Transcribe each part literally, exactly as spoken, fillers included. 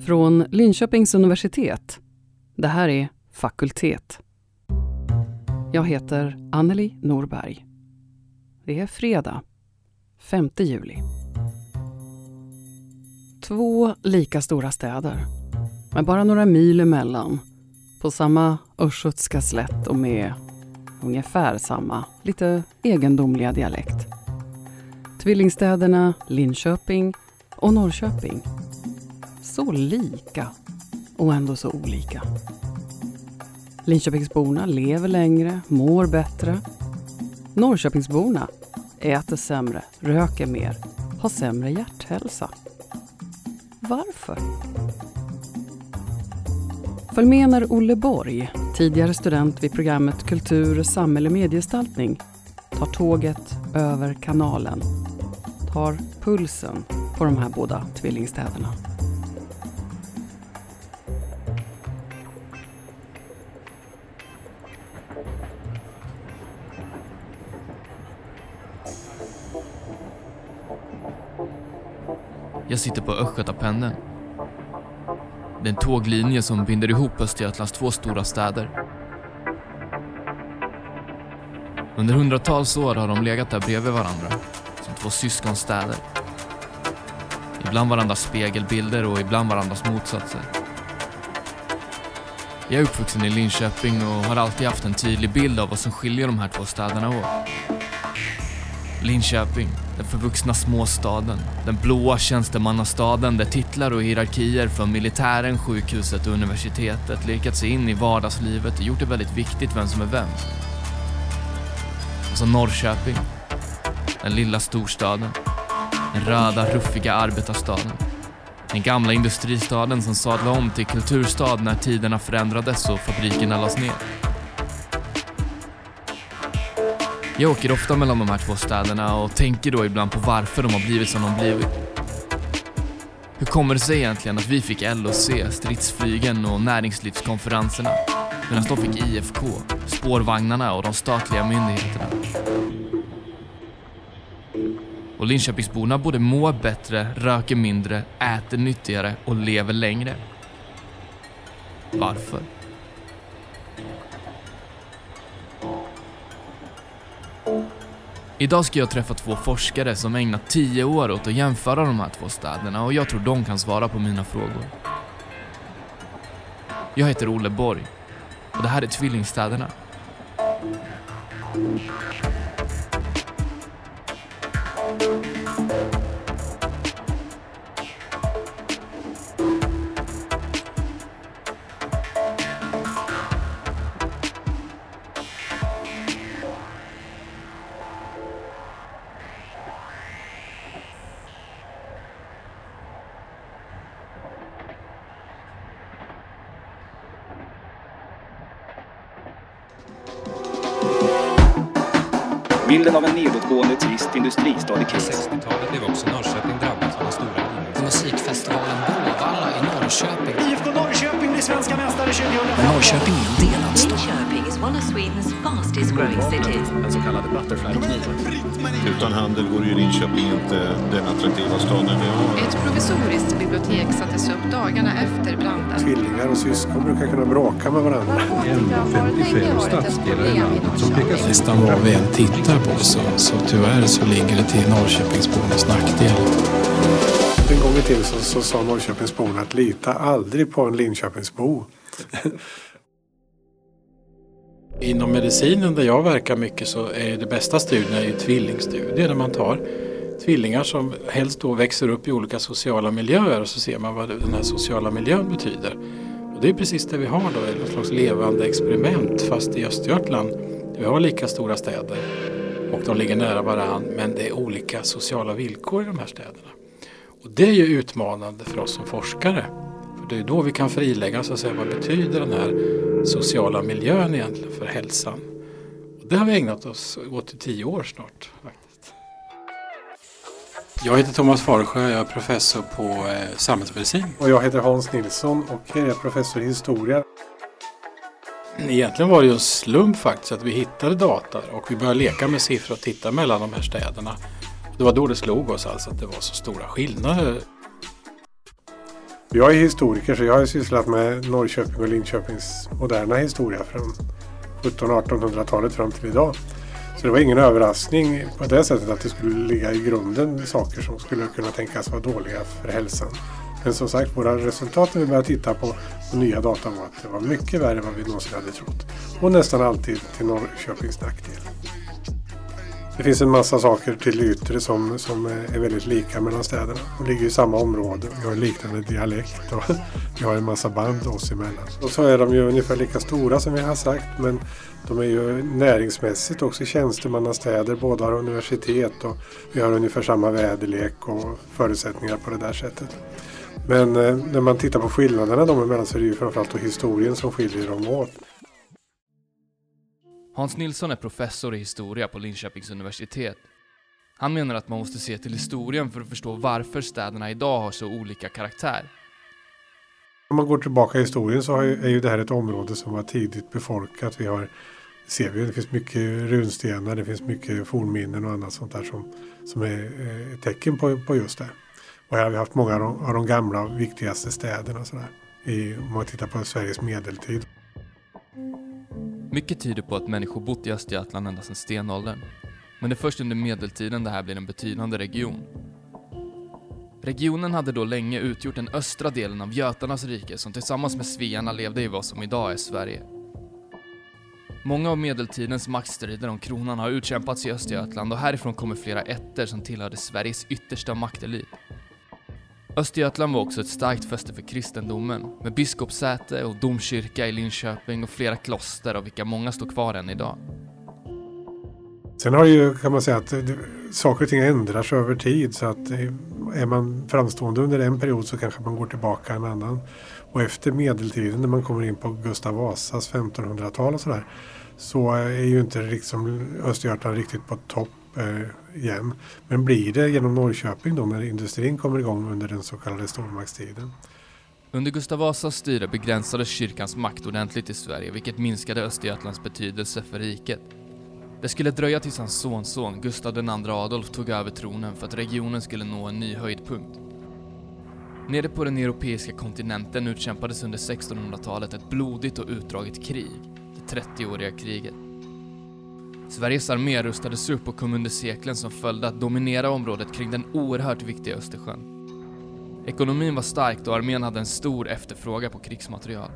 Från Linköpings universitet. Det här är Fakultet. Jag heter Anneli Norberg. Det är fredag, femte juli. Två lika stora städer, med bara några mil emellan, på samma östgötska slätt och med ungefär samma, lite egendomliga dialekt. Tvillingstäderna Linköping och Norrköping. Så lika och ändå så olika. Linköpingsborna lever längre, mår bättre. Norrköpingsborna äter sämre, röker mer, har sämre hjärthälsa. Varför? Följ med när Olle Borg, tidigare student vid programmet Kultur, samhälle och mediegestaltning, tar tåget över kanalen. Tar pulsen på de här båda tvillingstäderna. Jag sitter på Östgötapendeln. Det är en tåglinje som binder ihop Östergötlands två stora städer. Under hundratals år har de legat där bredvid varandra, som två syskonstäder. Ibland varandras spegelbilder och ibland varandras motsatser. Jag är uppvuxen i Linköping och har alltid haft en tydlig bild av vad som skiljer de här två städerna åt. Linköping, den förvuxna småstaden, den blåa tjänstemannastaden där titlar och hierarkier för militären, sjukhuset och universitetet lirkat sig in i vardagslivet och gjort det väldigt viktigt vem som är vem. Och så Norrköping, den lilla storstaden, den röda, ruffiga arbetarstaden. Den gamla industristaden som sadlade om till kulturstad när tiderna förändrades och fabrikerna lades ner. Jag åker ofta mellan de här två städerna och tänker då ibland på varför de har blivit som de blivit. Hur kommer det sig egentligen att vi fick L O C, stridsflygen och näringslivskonferenserna, medan de fick I F K, spårvagnarna och de statliga myndigheterna? Och Linköpingsborna både mår bättre, röker mindre, äter nyttigare och lever längre. Varför? Idag ska jag träffa två forskare som ägnat tio år åt att jämföra de här två städerna och jag tror de kan svara på mina frågor. Jag heter Olle Borg och det här är Tvillingstäderna. Bilden av en nedåtgående trist industristad i kris. På sextiotalet blev också Norrköping drabbat av den stora händelsen. Musikfestivalen Bråvalla i Norrköping. I F K Norrköping blir svenska mästare tjugohundrafem. Men Norrköping är en delad stad. Linköping is one of Sweden's fastest growing cities. Den så kallade butterfly-kniven. Utan handel vore ju Linköping inte den attraktiva staden vi har. Ett provisoriskt bibliotek sattes upp dagarna efter branden. Tvillingar och syskon brukar kunna bråka med varandra. femtiosju stadsdelar i landet som pekas nästan vad vi än tittar på så, så tyvärr så ligger det till Norrköpingsbornas nackdel. En gång i tiden så, så sa Norrköpingsborna att lita aldrig på en Linköpingsbo. Inom medicinen där jag verkar mycket så är det bästa studierna ju tvillingstudier där man tar tvillingar som helst då växer upp i olika sociala miljöer och så ser man vad den här sociala miljön betyder. Och det är precis det vi har då, ett slags levande experiment fast i Östergötland. Vi har lika stora städer och de ligger nära varann men det är olika sociala villkor i de här städerna. Och det är ju utmanande för oss som forskare. För det är då vi kan frilägga så att säga vad betyder den här sociala miljön egentligen för hälsan. Och det har vi ägnat oss åt i tio år snart faktiskt. Jag heter Thomas Farsjö, jag är professor på eh, samhällsmedicin. Och jag heter Hans Nilsson och jag är professor i historia. Egentligen var det ju en slump faktiskt att vi hittade data och vi började leka med siffror och titta mellan de här städerna. Det var då det slog oss alltså att det var så stora skillnader. Jag är historiker så jag har sysslat med Norrköping och Linköpings moderna historia från sjuttonhundra-artonhundratalet fram till idag. Så det var ingen överraskning på det sättet att det skulle ligga i grunden saker som skulle kunna tänkas vara dåliga för hälsan. Men som sagt, våra resultat när vi började titta på, på nya data var att det var mycket värre än vad vi någonsin hade trott. Och nästan alltid till Norrköpings nackdel. Det finns en massa saker till yttre som, som är väldigt lika mellan städerna. De ligger i samma område. Vi har en liknande dialekt och vi har en massa band oss emellan. Och så är de ju ungefär lika stora som vi har sagt, men de är ju näringsmässigt också tjänstemannastäder. Båda har universitet och vi har ungefär samma väderlek och förutsättningar på det där sättet. Men eh, när man tittar på skillnaderna de emellan så är det ju framförallt historien som skiljer dem åt. Hans Nilsson är professor i historia på Linköpings universitet. Han menar att man måste se till historien för att förstå varför städerna idag har så olika karaktär. Om man går tillbaka i historien så är ju det här ett område som var tidigt befolkat. Vi har, ser vi, det finns mycket runstenar, det finns mycket fornminnen och annat sånt där som, som är ett tecken på, på just det. Och här har vi haft många av de, av de gamla och viktigaste städerna så där, i, om man tittar på Sveriges medeltid. Mycket tyder på att människor bott i Östergötland ända sedan stenåldern. Men det är först under medeltiden det här blir en betydande region. Regionen hade då länge utgjort den östra delen av Götarnas rike som tillsammans med svearna levde i vad som idag är Sverige. Många av medeltidens maktstrider om kronan har utkämpats i Östergötland och härifrån kommer flera ätter som tillhörde Sveriges yttersta maktelit. Östergötland var också ett starkt fäste för kristendomen med biskopssäte och domkyrka i Linköping och flera kloster av vilka många står kvar än idag. Sen har ju, kan man säga att det, saker och ting ändrar sig över tid så att är man framstående under en period så kanske man går tillbaka en annan. Och efter medeltiden när man kommer in på Gustav Vasas femtonhundratal och sådär så är ju inte liksom Östergötland riktigt på topp eh, igen. Men blir det genom Norrköping då när industrin kommer igång under den så kallade stormaktstiden. Under Gustav Vasas styre begränsades kyrkans makt ordentligt i Sverige vilket minskade Östergötlands betydelse för riket. Det skulle dröja tills hans sonson Gustav den andra Adolf tog över tronen för att regionen skulle nå en ny höjdpunkt. Nere på den europeiska kontinenten utkämpades under sextonhundratalet ett blodigt och utdraget krig, det trettioåriga kriget. Sveriges armé rustades upp och kom under seklen som följde att dominera området kring den oerhört viktiga Östersjön. Ekonomin var stark och armén hade en stor efterfrågan på krigsmaterial.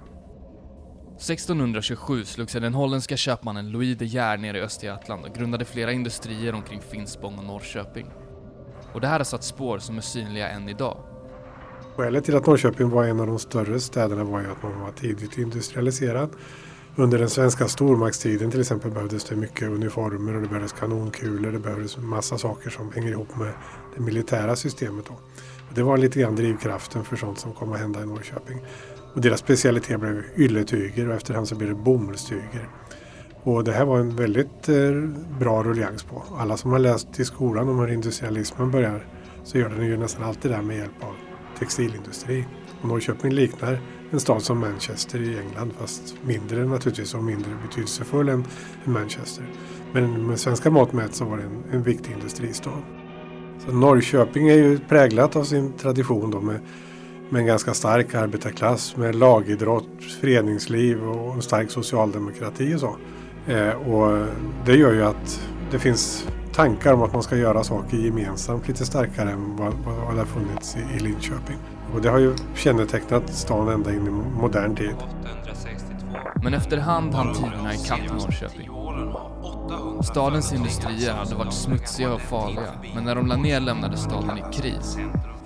sextonhundratjugosju slog sig den holländska köpmannen Louis de Geer ner i Östergötland och grundade flera industrier omkring Finspång och Norrköping. Och det här har satt spår som är synliga än idag. Skälet till att Norrköping var en av de större städerna var ju att man var tidigt industrialiserad. Under den svenska stormaktstiden till exempel behövdes det mycket uniformer och det behövdes kanonkulor, det behövdes massa saker som hänger ihop med det militära systemet då. Och det var lite grann drivkraften för sånt som kom att hända i Norrköping. Och deras specialitet blev ylletyger och efterhand så blev det bomullstyger. Och det här var en väldigt eh, bra rullians på. Alla som har läst i skolan om hur industrialismen börjar så gör den ju nästan alltid där med hjälp av textilindustri. Och Norrköping liknar en stad som Manchester i England fast mindre naturligtvis och mindre betydelsefull än Manchester. Men med svenska mått mätt så var det en, en viktig industristad. Så Norrköping är ju präglat av sin tradition då med med en ganska stark arbetarklass, med lagidrott, föreningsliv och en stark socialdemokrati och så. Eh, och det gör ju att det finns tankar om att man ska göra saker gemensamt lite starkare än vad, vad det har funnits i, i Linköping. Och det har ju kännetecknat stan ända in i modern tid. Men efterhand hann tiderna i kapp Norrköping. Stadens industrier hade varit smutsiga och farliga, men när de la ner lämnade staden i kris.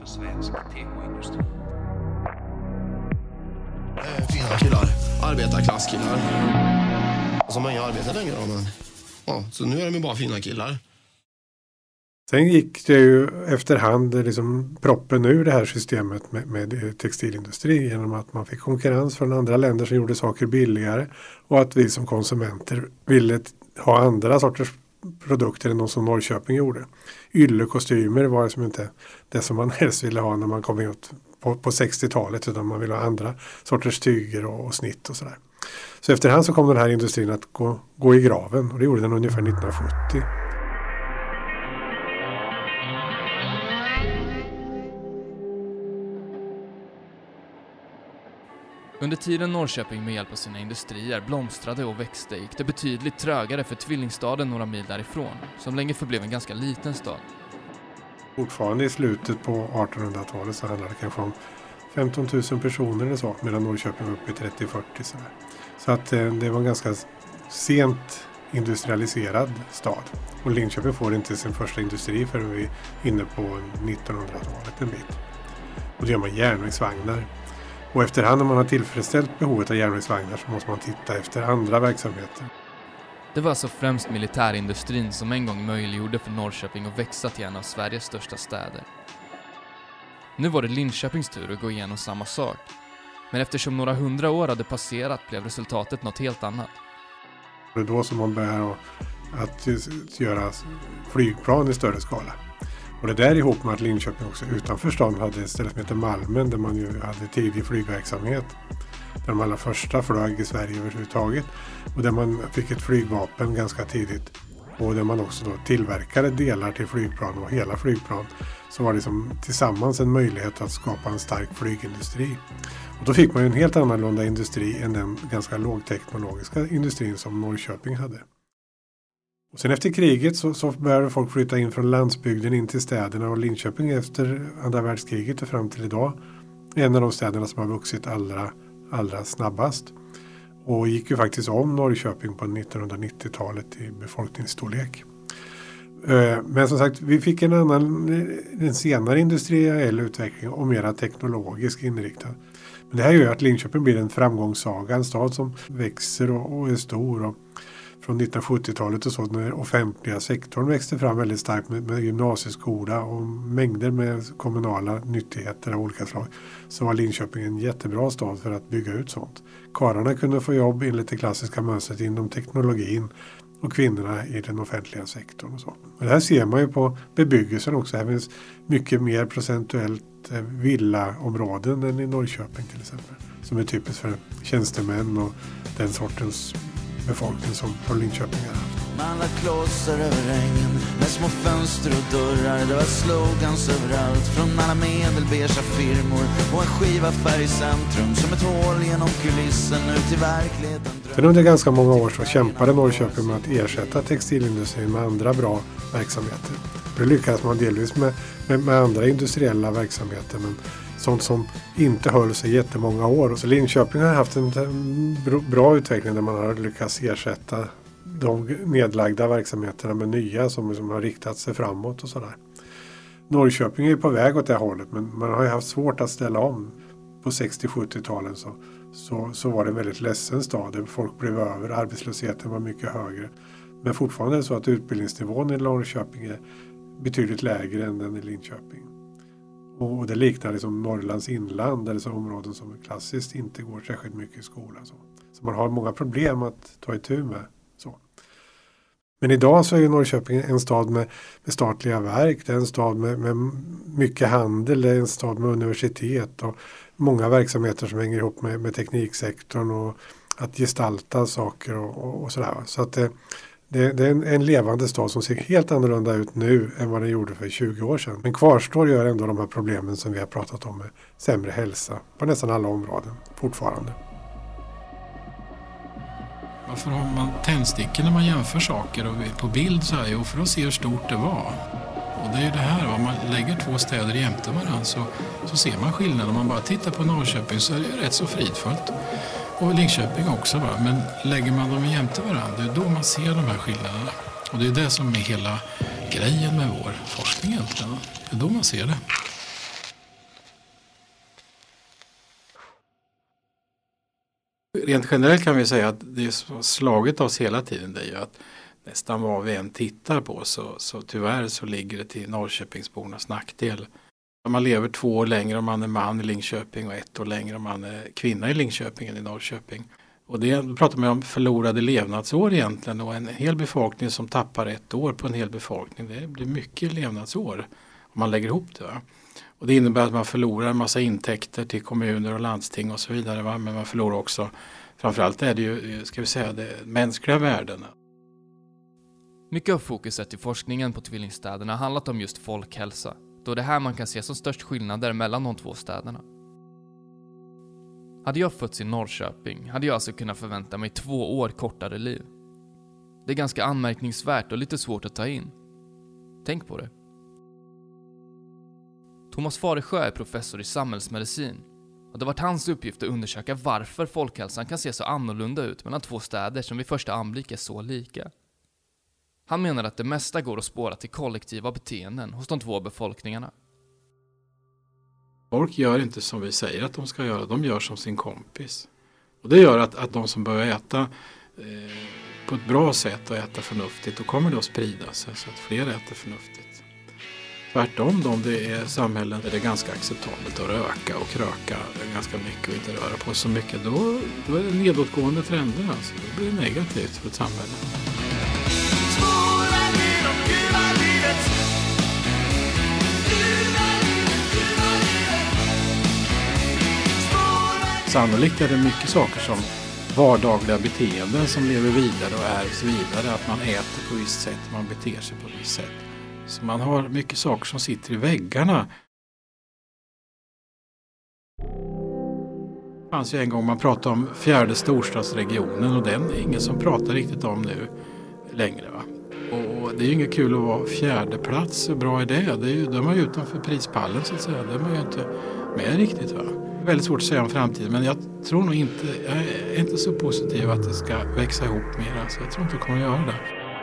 Fina killar, arbetarklasskillar. Som har inga arbete längre då, men ja, så nu är de bara fina killar. Sen gick det ju efterhand liksom proppen ur det här systemet med, med textilindustri genom att man fick konkurrens från andra länder som gjorde saker billigare och att vi som konsumenter ville ha andra sorters produkter än de som Norrköping gjorde. Yllekostymer var det som inte det som man helst ville ha när man kom ut på, på sextiotalet utan man ville ha andra sorters tyger och, och snitt och sådär. Så efterhand så kom den här industrin att gå, gå i graven och det gjorde den ungefär nittonhundrasjuttio. Under tiden Norrköping med hjälp av sina industrier blomstrade och växte gick det betydligt trögare för tvillingstaden några mil därifrån, som länge förblev en ganska liten stad. Fortfarande i slutet på artonhundratalet så handlade det kanske om femton tusen personer eller så, medan Norrköping var uppe i trettio till fyrtio. Så, så att eh, det var en ganska sent industrialiserad stad. Och Linköping får inte sin första industri förrän vi är inne på nittonhundratalet en bit. Och då gör man järnvägsvagnar. Och efterhand när man har tillfredsställt behovet av järnvägsvagnar så måste man titta efter andra verksamheter. Det var alltså främst militärindustrin som en gång möjliggjorde för Norrköping att växa till en av Sveriges största städer. Nu var det Linköpings tur att gå igenom samma sak. Men eftersom några hundra år hade passerat blev resultatet något helt annat. Det är då som man börjar att göra flygplan i större skala. Och det där ihop med att Linköping också utanför stan hade ett ställe som heter Malmen där man ju hade tidig flygverksamhet. Där de allra första flög i Sverige överhuvudtaget. Och där man fick ett flygvapen ganska tidigt. Och där man också då tillverkade delar till flygplan och hela flygplan. Så var det liksom tillsammans en möjlighet att skapa en stark flygindustri. Och då fick man ju en helt annorlunda industri än den ganska lågteknologiska industrin som Norrköping hade. Och sen efter kriget så, så började folk flytta in från landsbygden in till städerna, och Linköping efter andra världskriget och fram till idag är en av de städerna som har vuxit allra, allra snabbast. Och gick ju faktiskt om Norrköping på nittonhundranittiotalet i befolkningsstorlek. Men som sagt, vi fick en annan, en senare industriell utveckling och mera teknologisk inriktad. Men det här gör att Linköping blir en framgångssaga, en stad som växer och, och är stor. Och från nittonhundrasjuttiotalet och så, när offentliga sektorn växte fram väldigt starkt med, med gymnasieskola och mängder med kommunala nyttigheter av olika slag, så var Linköping en jättebra stad för att bygga ut sånt. Karlarna kunde få jobb enligt det klassiska mönstret inom teknologin och kvinnorna i den offentliga sektorn och så. Och det här ser man ju på bebyggelsen också. Här finns mycket mer procentuellt villaområden än i Norrköping till exempel, som är typiskt för tjänstemän och den sortens befolkning som från Linköping har haft. Man la klossar över ängen med små fönster och dörrar. Det var slogans överallt från alla medelbeiga firmor och en skivaffär i centrum som ett hål genom kulissen ut i verkligheten. Sen under ganska många år så kämpade Norrköping med att ersätta textilindustrin med andra bra verksamheter. Det lyckades man delvis med, med, med andra industriella verksamheter, men sånt som inte höll sig jättemånga år. Så Linköping har haft en bra utveckling där man har lyckats ersätta de nedlagda verksamheterna med nya som, som har riktat sig framåt och sådär. Norrköping är på väg åt det hållet, men man har ju haft svårt att ställa om. På sextio-sjuttio-talen så, så, så var det en väldigt ledsen stad där folk blev över, arbetslösheten var mycket högre. Men fortfarande är det så att utbildningsnivån i Norrköping är betydligt lägre än den i Linköping. Och det liknar liksom Norrlands inland, eller så områden som klassiskt inte går särskilt mycket i skolan. Så. så man har många problem att ta itu med. Så. Men idag så är ju Norrköping en stad med, med statliga verk, det är en stad med, med mycket handel, det är en stad med universitet och många verksamheter som hänger ihop med, med tekniksektorn och att gestalta saker och, och, och sådär. Så att det, det, det är en, en levande stad som ser helt annorlunda ut nu än vad den gjorde för tjugo år sedan. Men kvarstår gör ändå de här problemen som vi har pratat om med sämre hälsa på nästan alla områden fortfarande. Varför har man tändstickor när man jämför saker och på bild så här? Jo, för att se hur stort det var. Och det är ju det här, om man lägger två städer jämte varandra så, så ser man skillnaden. Om man bara tittar på Norrköping så är det rätt så fridfullt. Och Linköping också, va? Men lägger man dem jämte varandra, det är då man ser de här skillnaderna. Och det är det som är hela grejen med vår forskning egentligen. Det är då man ser det. Rent generellt kan vi säga att det är slaget oss hela tiden, det är ju att nästan vad vi än tittar på så, så tyvärr så ligger det till Norrköpingsbornas nackdel. Man lever två år längre om man är man i Linköping och ett år längre om man är kvinna i Linköping än i Norrköping. Och det då pratar man om förlorade levnadsår egentligen, och en hel befolkning som tappar ett år på en hel befolkning, det blir mycket levnadsår om man lägger ihop det, va? Och det innebär att man förlorar en massa intäkter till kommuner och landsting och så vidare, va? Men man förlorar också, framförallt är det ju, ska vi säga, det mänskliga värdena. Mycket av fokuset i forskningen på tvillingstäderna har handlat om just folkhälsa, då det här man kan se som störst skillnader mellan de två städerna. Hade jag fötts i Norrköping hade jag alltså kunnat förvänta mig två år kortare liv. Det är ganska anmärkningsvärt och lite svårt att ta in. Tänk på det. Thomas Faresjö är professor i samhällsmedicin. Och det har varit hans uppgift att undersöka varför folkhälsan kan se så annorlunda ut mellan två städer som vid första anblick är så lika. Han menar att det mesta går att spåra till kollektiva beteenden hos de två befolkningarna. Folk gör inte som vi säger att de ska göra, de gör som sin kompis. Och det gör att, att de som börjar äta eh, på ett bra sätt och äta förnuftigt, då kommer det att sprida sig så att fler äter förnuftigt. Tvärtom, om det är samhällen där det är ganska acceptabelt att röka och kröka ganska mycket och inte röra på så mycket, då, då är det nedåtgående trender. Alltså. Då blir det negativt för ett samhälle. Sannolikt är det mycket saker som vardagliga beteenden som lever vidare och ärvs vidare. Att man äter på ett visst sätt, man beter sig på ett visst sätt. Så man har mycket saker som sitter i väggarna. Det fanns ju en gång man pratade om fjärde storstadsregionen och den är ingen som pratar riktigt om nu längre. Va? Och det är ju inget kul att vara fjärde plats, hur bra är det? det är ju, de är ju utanför prispallen så att säga, de är ju inte med riktigt. Va? Väldigt svårt att säga om framtiden, men jag tror nog inte, jag är inte så positiv att det ska växa ihop mer. Alltså jag tror inte det kommer att göra det.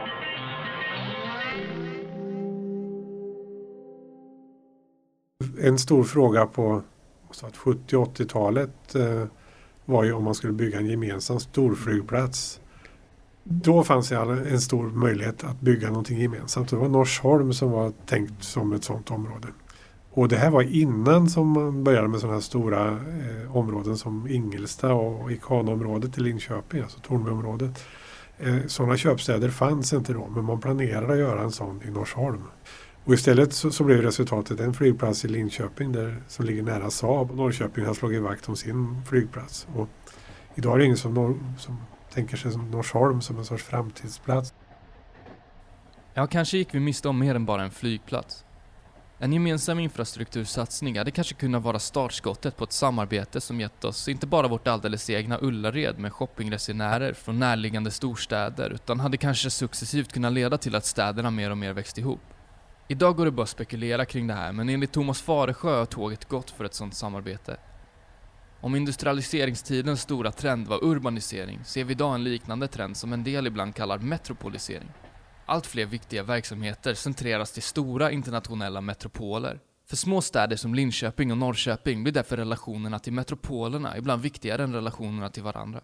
En stor fråga på sjuttio- och åttiotalet eh, var ju om man skulle bygga en gemensam storflygplats. Då fanns det en stor möjlighet att bygga någonting gemensamt. Det var Norsholm som var tänkt som ett sådant område. Och det här var innan som man började med sådana här stora eh, områden som Ingelsta och Ikanområdet i Linköping, alltså Tornbyområdet. Eh, sådana köpstäder fanns inte då, men man planerade att göra en sån i Norsholm. Och istället så, så blev resultatet en flygplats i Linköping där, som ligger nära Saab. Och Norrköping har slagit vakt om sin flygplats. Och idag är det ingen som, norr, som tänker sig som Norsholm som en sorts framtidsplats. Ja, kanske gick vi miste om mer än bara en flygplats. En gemensam infrastruktursatsning hade kanske kunnat vara startskottet på ett samarbete som gett oss inte bara vårt alldeles egna Ullared med shoppingresenärer från närliggande storstäder, utan hade kanske successivt kunnat leda till att städerna mer och mer växt ihop. Idag går det bara att spekulera kring det här, men enligt Thomas Faresjö har tåget gått för ett sådant samarbete. Om industrialiseringstidens stora trend var urbanisering ser vi idag en liknande trend som en del ibland kallar metropolisering. Allt fler viktiga verksamheter centreras till stora internationella metropoler. För små städer som Linköping och Norrköping blir därför relationerna till metropolerna ibland viktigare än relationerna till varandra.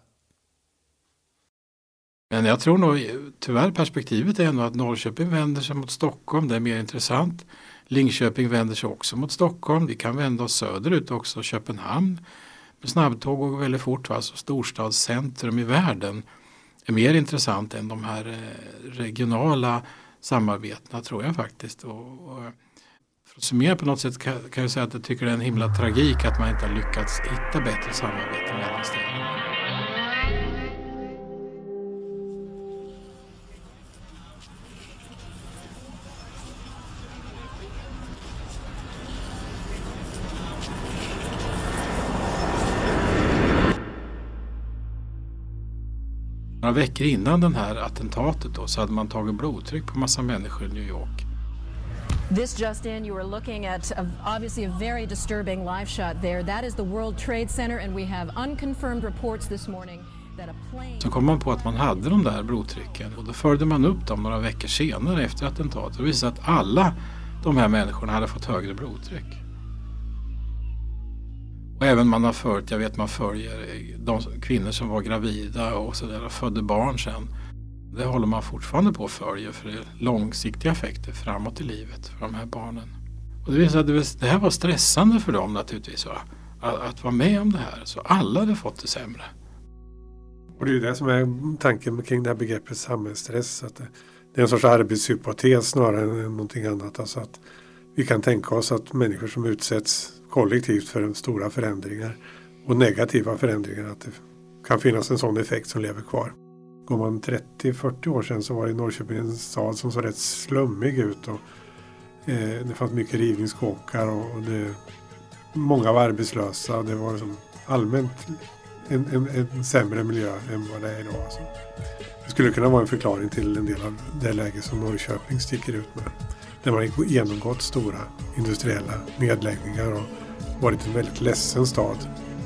Men jag tror nog, tyvärr perspektivet är ändå att Norrköping vänder sig mot Stockholm, det är mer intressant. Linköping vänder sig också mot Stockholm, vi kan vända oss söderut också, Köpenhamn. Med snabbtåg går väldigt fort, alltså storstadscentrum i världen är mer intressant än de här regionala samarbetena, tror jag faktiskt. Och, och för att summera på något sätt kan, kan jag säga att jag tycker det är en himla tragik att man inte har lyckats hitta bättre samarbete mellan städerna. Några veckor innan den här attentatet då, så hade man tagit blodtryck på massa människor i New York. This just in, you are looking at a, obviously a very disturbing live shot there. That is the World Trade Center and we have unconfirmed reports this morning that a plane... Så kom man på att man hade de där blodtrycken och då följde man upp dem några veckor senare efter attentatet och visade att alla de här människorna hade fått högre blodtryck. Och även man har följt, jag vet man följer de kvinnor som var gravida och så där och födde barn sen. Det håller man fortfarande på att följa för det är långsiktiga effekter framåt i livet för de här barnen. Och det visade att det här var stressande för dem naturligtvis, va? Att, att vara med om det här. Så alla hade fått det sämre. Och det är ju det som är tanken kring det här begreppet samhällsstress. Att det, det är en sorts arbetshypotes snarare än någonting annat. Alltså att vi kan tänka oss att människor som utsätts kollektivt för stora förändringar och negativa förändringar, att det kan finnas en sån effekt som lever kvar. Går man trettio till fyrtio år sedan så var det Norrköping en stad som såg rätt slummig ut och eh, det fanns mycket rivningskåkar och, och det, många var arbetslösa. Det var som allmänt en, en, en sämre miljö än vad det är idag. Alltså. Det skulle kunna vara en förklaring till en del av det läge som Norrköping sticker ut med. Där man har genomgått stora industriella nedläggningar och varit en väldigt ledsen stad.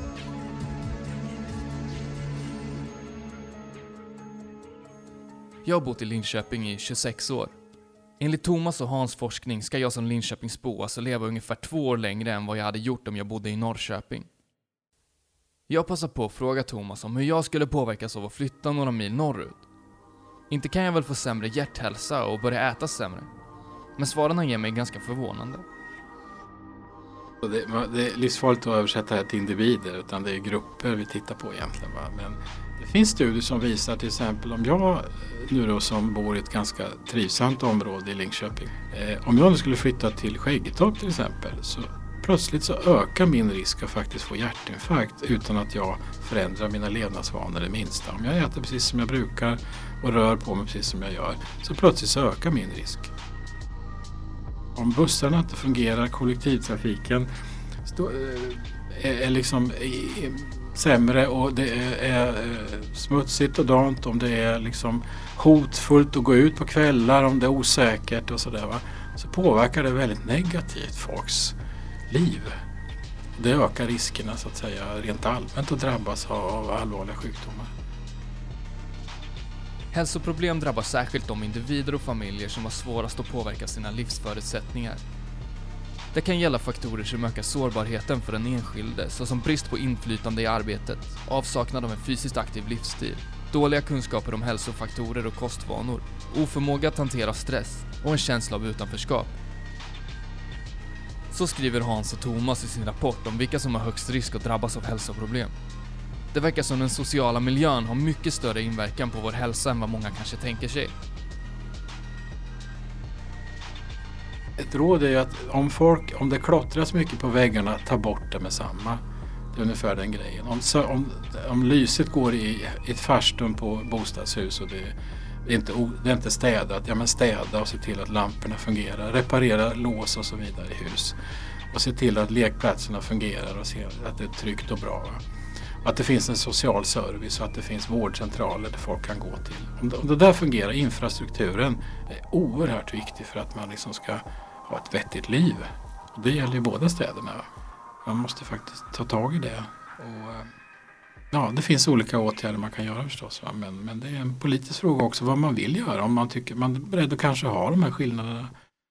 Jag har bott i Linköping i tjugosex år. Enligt Thomas och Hans forskning ska jag som Linköpingsbo alltså leva ungefär två år längre än vad jag hade gjort om jag bodde i Norrköping. Jag passar på att fråga Thomas om hur jag skulle påverkas av att flytta några mil norrut. Inte kan jag väl få sämre hjärthälsa och börja äta sämre. Men svaren han ger mig är ganska förvånande. Det, det är livsfarligt att översätta det till individer, utan det är grupper vi tittar på egentligen. Va? Men det finns studier som visar till exempel om jag nu då som bor i ett ganska trivsamt område i Linköping. Eh, om jag nu skulle flytta till Skäggetorp till exempel, så plötsligt så ökar min risk att faktiskt få hjärtinfarkt utan att jag förändrar mina levnadsvanor det minsta. Om jag äter precis som jag brukar och rör på mig precis som jag gör, så plötsligt så ökar min risk. Om bussarna inte fungerar, kollektivtrafiken stå, är, är liksom är sämre och det är, är smutsigt och dant, om det är liksom hotfullt att gå ut på kvällar, om det är osäkert och sådär, va, så påverkar det väldigt negativt folks liv. Det ökar riskerna så att säga rent allmänt att drabbas av allvarliga sjukdomar. Hälsoproblem drabbar särskilt de individer och familjer som har svårast att påverka sina livsförutsättningar. Det kan gälla faktorer som ökar sårbarheten för den enskilde, såsom brist på inflytande i arbetet, avsaknad av en fysiskt aktiv livsstil, dåliga kunskaper om hälsofaktorer och kostvanor, oförmåga att hantera stress och en känsla av utanförskap. Så skriver Hans och Thomas i sin rapport om vilka som har högst risk att drabbas av hälsoproblem. Det verkar som den sociala miljön har mycket större inverkan på vår hälsa än vad många kanske tänker sig. Ett råd är att om folk, om det klottras mycket på väggarna, ta bort det med samma. Det är ungefär den grejen. Om, om, om lyset går i ett farstun på bostadshus och det är inte, det är inte städat, ja men städa och se till att lamporna fungerar. Reparera lås och så vidare i hus. Och se till att lekplatserna fungerar och se att det är tryggt och bra. Va? Att det finns en social service och att det finns vårdcentraler där folk kan gå till. Om det, om det där fungerar, infrastrukturen är oerhört viktig för att man liksom ska ha ett vettigt liv. Och det gäller ju båda städerna. Man måste faktiskt ta tag i det. Och, ja, det finns olika åtgärder man kan göra förstås. Va? Men, men det är en politisk fråga också vad man vill göra. Om man tycker man är beredd att kanske ha de här skillnaderna.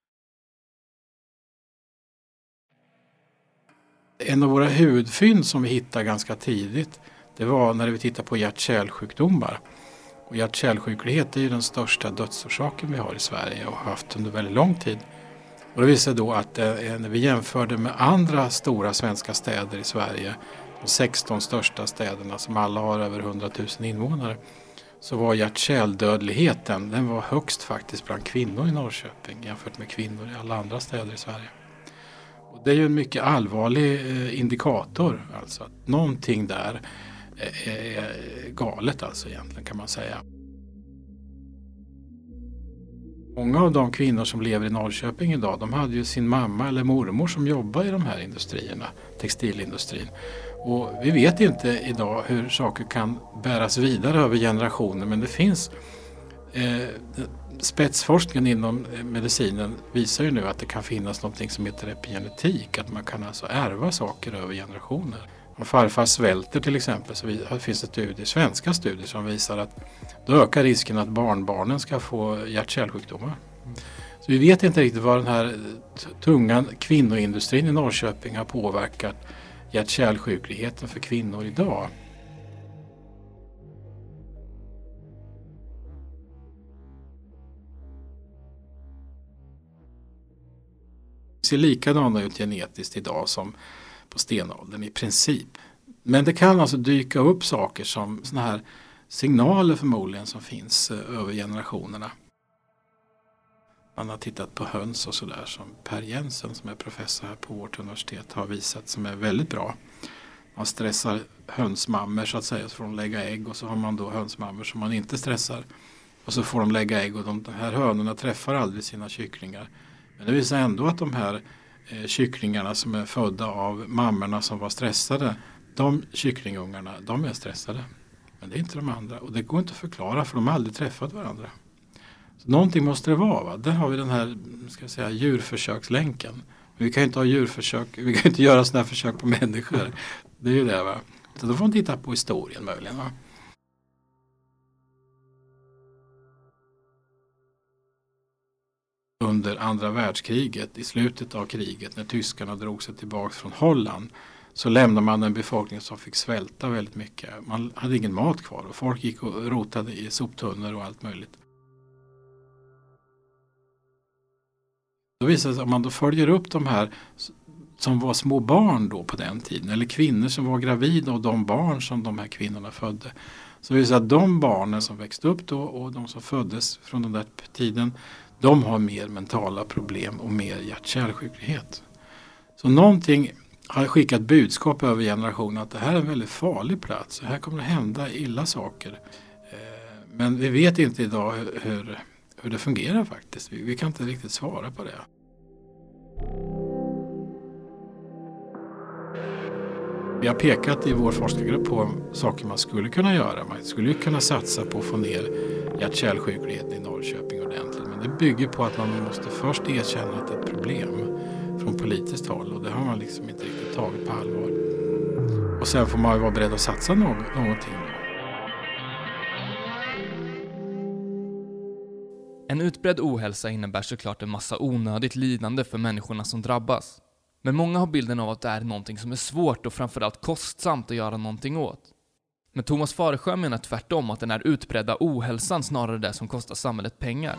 En av våra huvudfynd som vi hittade ganska tidigt, det var när vi tittar på hjärt-kärlsjukdomar. Och hjärt-kärlsjuklighet är ju den största dödsorsaken vi har i Sverige och har haft under väldigt lång tid. Och det visade då att eh, när vi jämförde med andra stora svenska städer i Sverige, de sexton största städerna som alla har över hundratusen invånare, så var hjärt-kärldödligheten, den var högst faktiskt bland kvinnor i Norrköping jämfört med kvinnor i alla andra städer i Sverige. Och det är ju en mycket allvarlig eh, indikator, alltså att någonting där är, är galet alltså egentligen kan man säga. Många av de kvinnor som lever i Norrköping idag, de hade ju sin mamma eller mormor som jobbar i de här industrierna, textilindustrin. Och vi vet inte idag hur saker kan bäras vidare över generationer, men det finns eh, spetsforskningen inom medicinen visar ju nu att det kan finnas något som heter epigenetik, att man kan alltså ärva saker över generationer. Om farfar svälter till exempel så finns det studier, svenska studier som visar att då ökar risken att barnbarnen ska få hjärt-kärlsjukdomar. Så vi vet inte riktigt vad den här tunga kvinnoindustrin i Norrköping har påverkat hjärt-kärlsjukligheten för kvinnor idag. Det ser likadana ut genetiskt idag som på stenåldern i princip. Men det kan alltså dyka upp saker som såna här signaler förmodligen som finns över generationerna. Man har tittat på höns och sådär som Per Jensen som är professor här på vårt universitet har visat som är väldigt bra. Man stressar hönsmammor så att säga så får de lägga ägg och så har man då hönsmammor som man inte stressar och så får de lägga ägg och de här hönorna träffar aldrig sina kycklingar. Men det visar ändå att de här eh, kycklingarna som är födda av mammorna som var stressade, de kycklingungarna, de är stressade. Men det är inte de andra. Och det går inte att förklara för de har aldrig träffat varandra. Så någonting måste det vara. Va? Där har vi den här ska jag säga, djurförsökslänken. Vi kan ju inte ha djurförsök, vi kan inte göra sådana här försök på människor. Det är ju det, va. Så då får man titta på historien möjligen, va. Under andra världskriget, i slutet av kriget, när tyskarna drog sig tillbaka från Holland, så lämnade man en befolkning som fick svälta väldigt mycket. Man hade ingen mat kvar och folk gick och rotade i soptunnor och allt möjligt. Då visar det sig att om man då följer upp de här som var små barn då på den tiden, eller kvinnor som var gravida och de barn som de här kvinnorna födde, så visar det sig att de barnen som växte upp då och de som föddes från den där tiden, de har mer mentala problem och mer hjärt-kärlsjuklighet. Så någonting har skickat budskap över generationen att det här är en väldigt farlig plats. Här kommer det hända illa saker. Men vi vet inte idag hur, hur det fungerar faktiskt. Vi, vi kan inte riktigt svara på det. Vi har pekat i vår forskargrupp på saker man skulle kunna göra. Man skulle kunna satsa på att få ner hjärt-kärlsjukligheten i Norrköping ordentligt. Men det bygger på att man måste först erkänna att det är ett problem från politiskt håll. Och det har man liksom inte riktigt tagit på allvar. Och sen får man ju vara beredd att satsa något, någonting. En utbredd ohälsa innebär såklart en massa onödigt lidande för människorna som drabbas. Men många har bilden av att det är någonting som är svårt och framförallt kostsamt att göra någonting åt. Men Thomas Faresjö menar tvärtom att den här utbredda ohälsan snarare är det som kostar samhället pengar.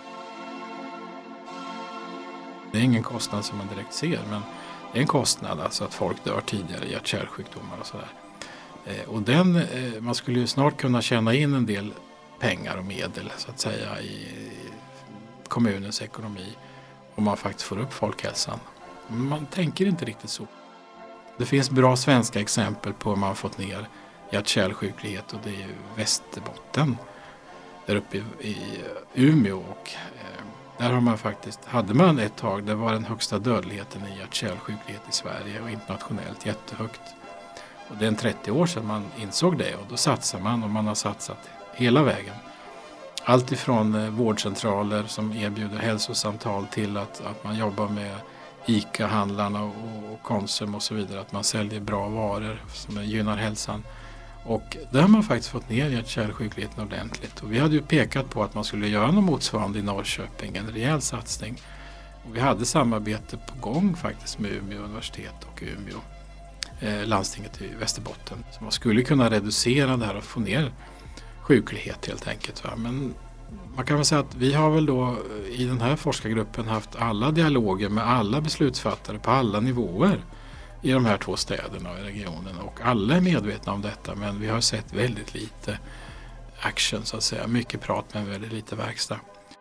Det är ingen kostnad som man direkt ser, men det är en kostnad, alltså att folk dör tidigare i hjärt-kärlsjukdomar och sådär. Eh, och den, eh, man skulle ju snart kunna tjäna in en del pengar och medel så att säga i kommunens ekonomi om man faktiskt får upp folkhälsan. Man tänker inte riktigt så. Det finns bra svenska exempel på hur man har fått ner hjärt-kärlsjuklighet, och det är ju Västerbotten där uppe i, i Umeå, och eh, där har man faktiskt, hade man ett tag, det var den högsta dödligheten i hjärt-kärlsjuklighet i Sverige och internationellt jättehögt. Och det är en trettio år sedan man insåg det, och då satsar man, och man har satsat hela vägen. Allt ifrån eh, vårdcentraler som erbjuder hälsosamtal till att, att man jobbar med ICA-handlarna och, och Konsum och så vidare, att man säljer bra varor som gynnar hälsan. Och där har man faktiskt fått ner hjärt-kärlsjukligheten ordentligt. Och vi hade ju pekat på att man skulle göra något motsvarande i Norrköping, en rejäl satsning. Och vi hade samarbete på gång faktiskt med Umeå universitet och Umeå, eh, landstinget i Västerbotten. Så man skulle kunna reducera det här och få ner sjuklighet helt enkelt. Va? Men man kan väl säga att vi har väl då i den här forskargruppen haft alla dialoger med alla beslutsfattare på alla nivåer i de här två städerna och i regionen, och alla är medvetna om detta, men vi har sett väldigt lite action så att säga, mycket prat men väldigt lite verkstad.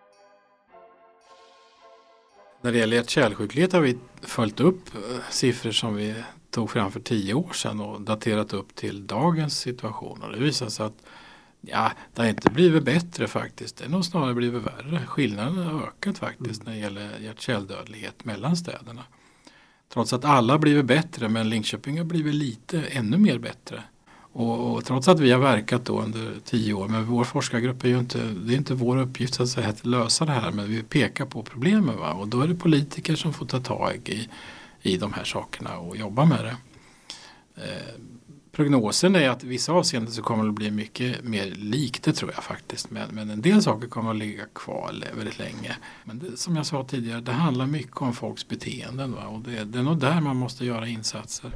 När det gäller hjärt-kärlsjuklighet har vi följt upp siffror som vi tog fram för tio år sedan och daterat upp till dagens situation, och det visar sig att ja, det har inte blivit bättre faktiskt. Det är nog snarare blivit värre. Skillnaden har ökat faktiskt när det gäller hjärt-kärldödlighet mellan städerna. Trots att alla har blivit bättre, men Linköping har blivit lite ännu mer bättre. Och, och trots att vi har verkat då under tio år, men vår forskargrupp är ju inte, det är inte vår uppgift så att säga att lösa det här, men vi pekar på problemen, va? Och då är det politiker som får ta tag i, i de här sakerna och jobba med det. Eh, Prognosen är att i vissa avseenden så kommer det bli mycket mer likt, det tror jag faktiskt. Men, men en del saker kommer att ligga kvar väldigt länge. Men det, som jag sa tidigare, det handlar mycket om folks beteenden. Va? Och det, det är nog där man måste göra insatser.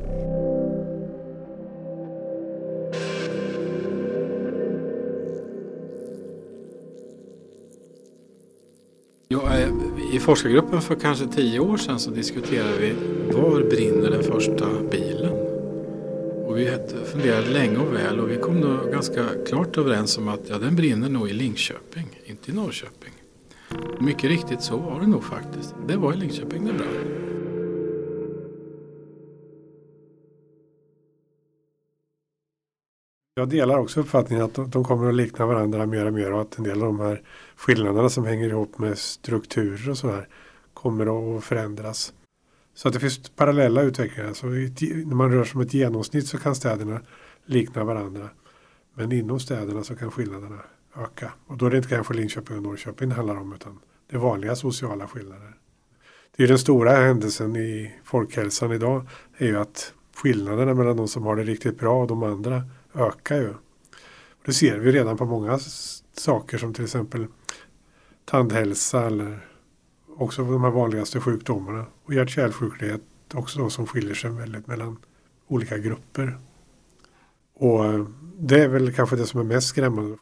Ja, i forskargruppen för kanske tio år sedan så diskuterade vi var brinner den första bilen. Och vi funderade länge och väl, och vi kom nog ganska klart överens om att ja, den brinner nog i Linköping, inte i Norrköping. Och mycket riktigt så var det nog faktiskt. Det var i Linköping det brann. Jag delar också uppfattningen att de kommer att likna varandra mer och mer, och att en del av de här skillnaderna som hänger ihop med strukturer och så här kommer att förändras. Så att det finns parallella utvecklingar. Så när man rör sig som ett genomsnitt så kan städerna likna varandra. Men inom städerna så kan skillnaderna öka. Och då är det inte kanske Linköping och Norrköping det handlar om, utan det är vanliga sociala skillnader. Det är den stora händelsen i folkhälsan idag är ju att skillnaderna mellan de som har det riktigt bra och de andra ökar ju. Det ser vi redan på många saker som till exempel tandhälsa eller också de här vanligaste sjukdomarna. Och hjärt-kärlsjuklighet också då, som skiljer sig väldigt mellan olika grupper. Och det är väl kanske det som är mest skrämmande.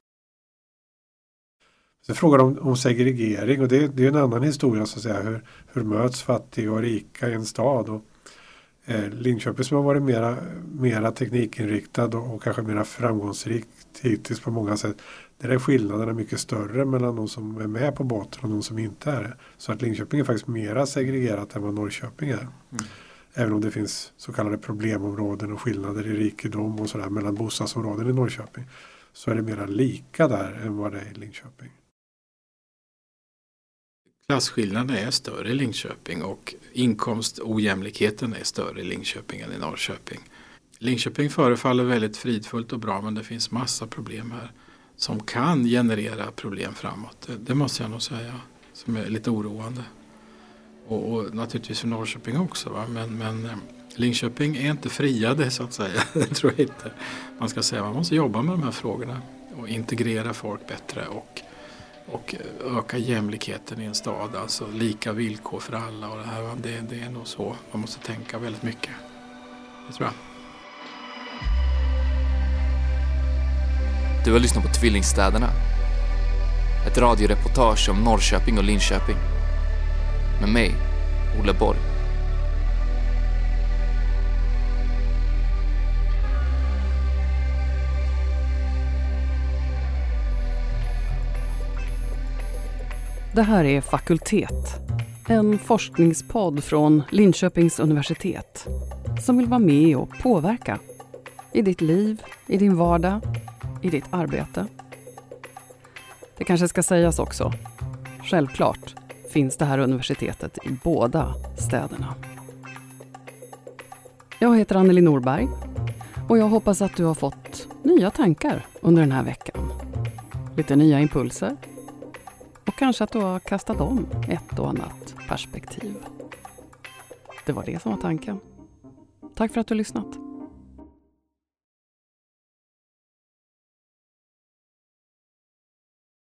Så frågar de om segregering och det, det är en annan historia så att säga. Hur, hur möts fattiga och rika i en stad? Och, eh, Linköping som har varit mera, mera teknikinriktad och, och kanske mera framgångsrikt hittills på många sätt. Där är skillnaderna mycket större mellan de som är med på båten och de som inte är det. Så att Linköping är faktiskt mera segregerat än vad Norrköping är. Mm. Även om det finns så kallade problemområden och skillnader i rikedom och sådär mellan bostadsområden i Norrköping. Så är det mera lika där än vad det är i Linköping. Klasskillnaden är större i Linköping och inkomstojämlikheten är större i Linköping än i Norrköping. Linköping förefaller väldigt fridfullt och bra, men det finns massa problem här som kan generera problem framåt. Det, det måste jag nog säga, som är lite oroande. Och, och naturligtvis för Norrköping också. Va? Men, men Linköping är inte friade så att säga. Det tror jag inte. Man ska säga man måste jobba med de här frågorna och integrera folk bättre och, och öka jämlikheten i en stad. Alltså lika villkor för alla och det här. Det, det är nog så. Man måste tänka väldigt mycket. Det tror jag. Du har lyssnat på Tvillingstäderna. Ett radioreportage om Norrköping och Linköping. Med mig, Olle Borg. Det här är Fakultet. En forskningspodd från Linköpings universitet. Som vill vara med och påverka. I ditt liv, i din vardag, i ditt arbete. Det kanske ska sägas också. Självklart finns det här universitetet i båda städerna. Jag heter Anneli Norberg och jag hoppas att du har fått nya tankar under den här veckan. Lite nya impulser och kanske att du har kastat om ett och annat perspektiv. Det var det som var tanken. Tack för att du har lyssnat.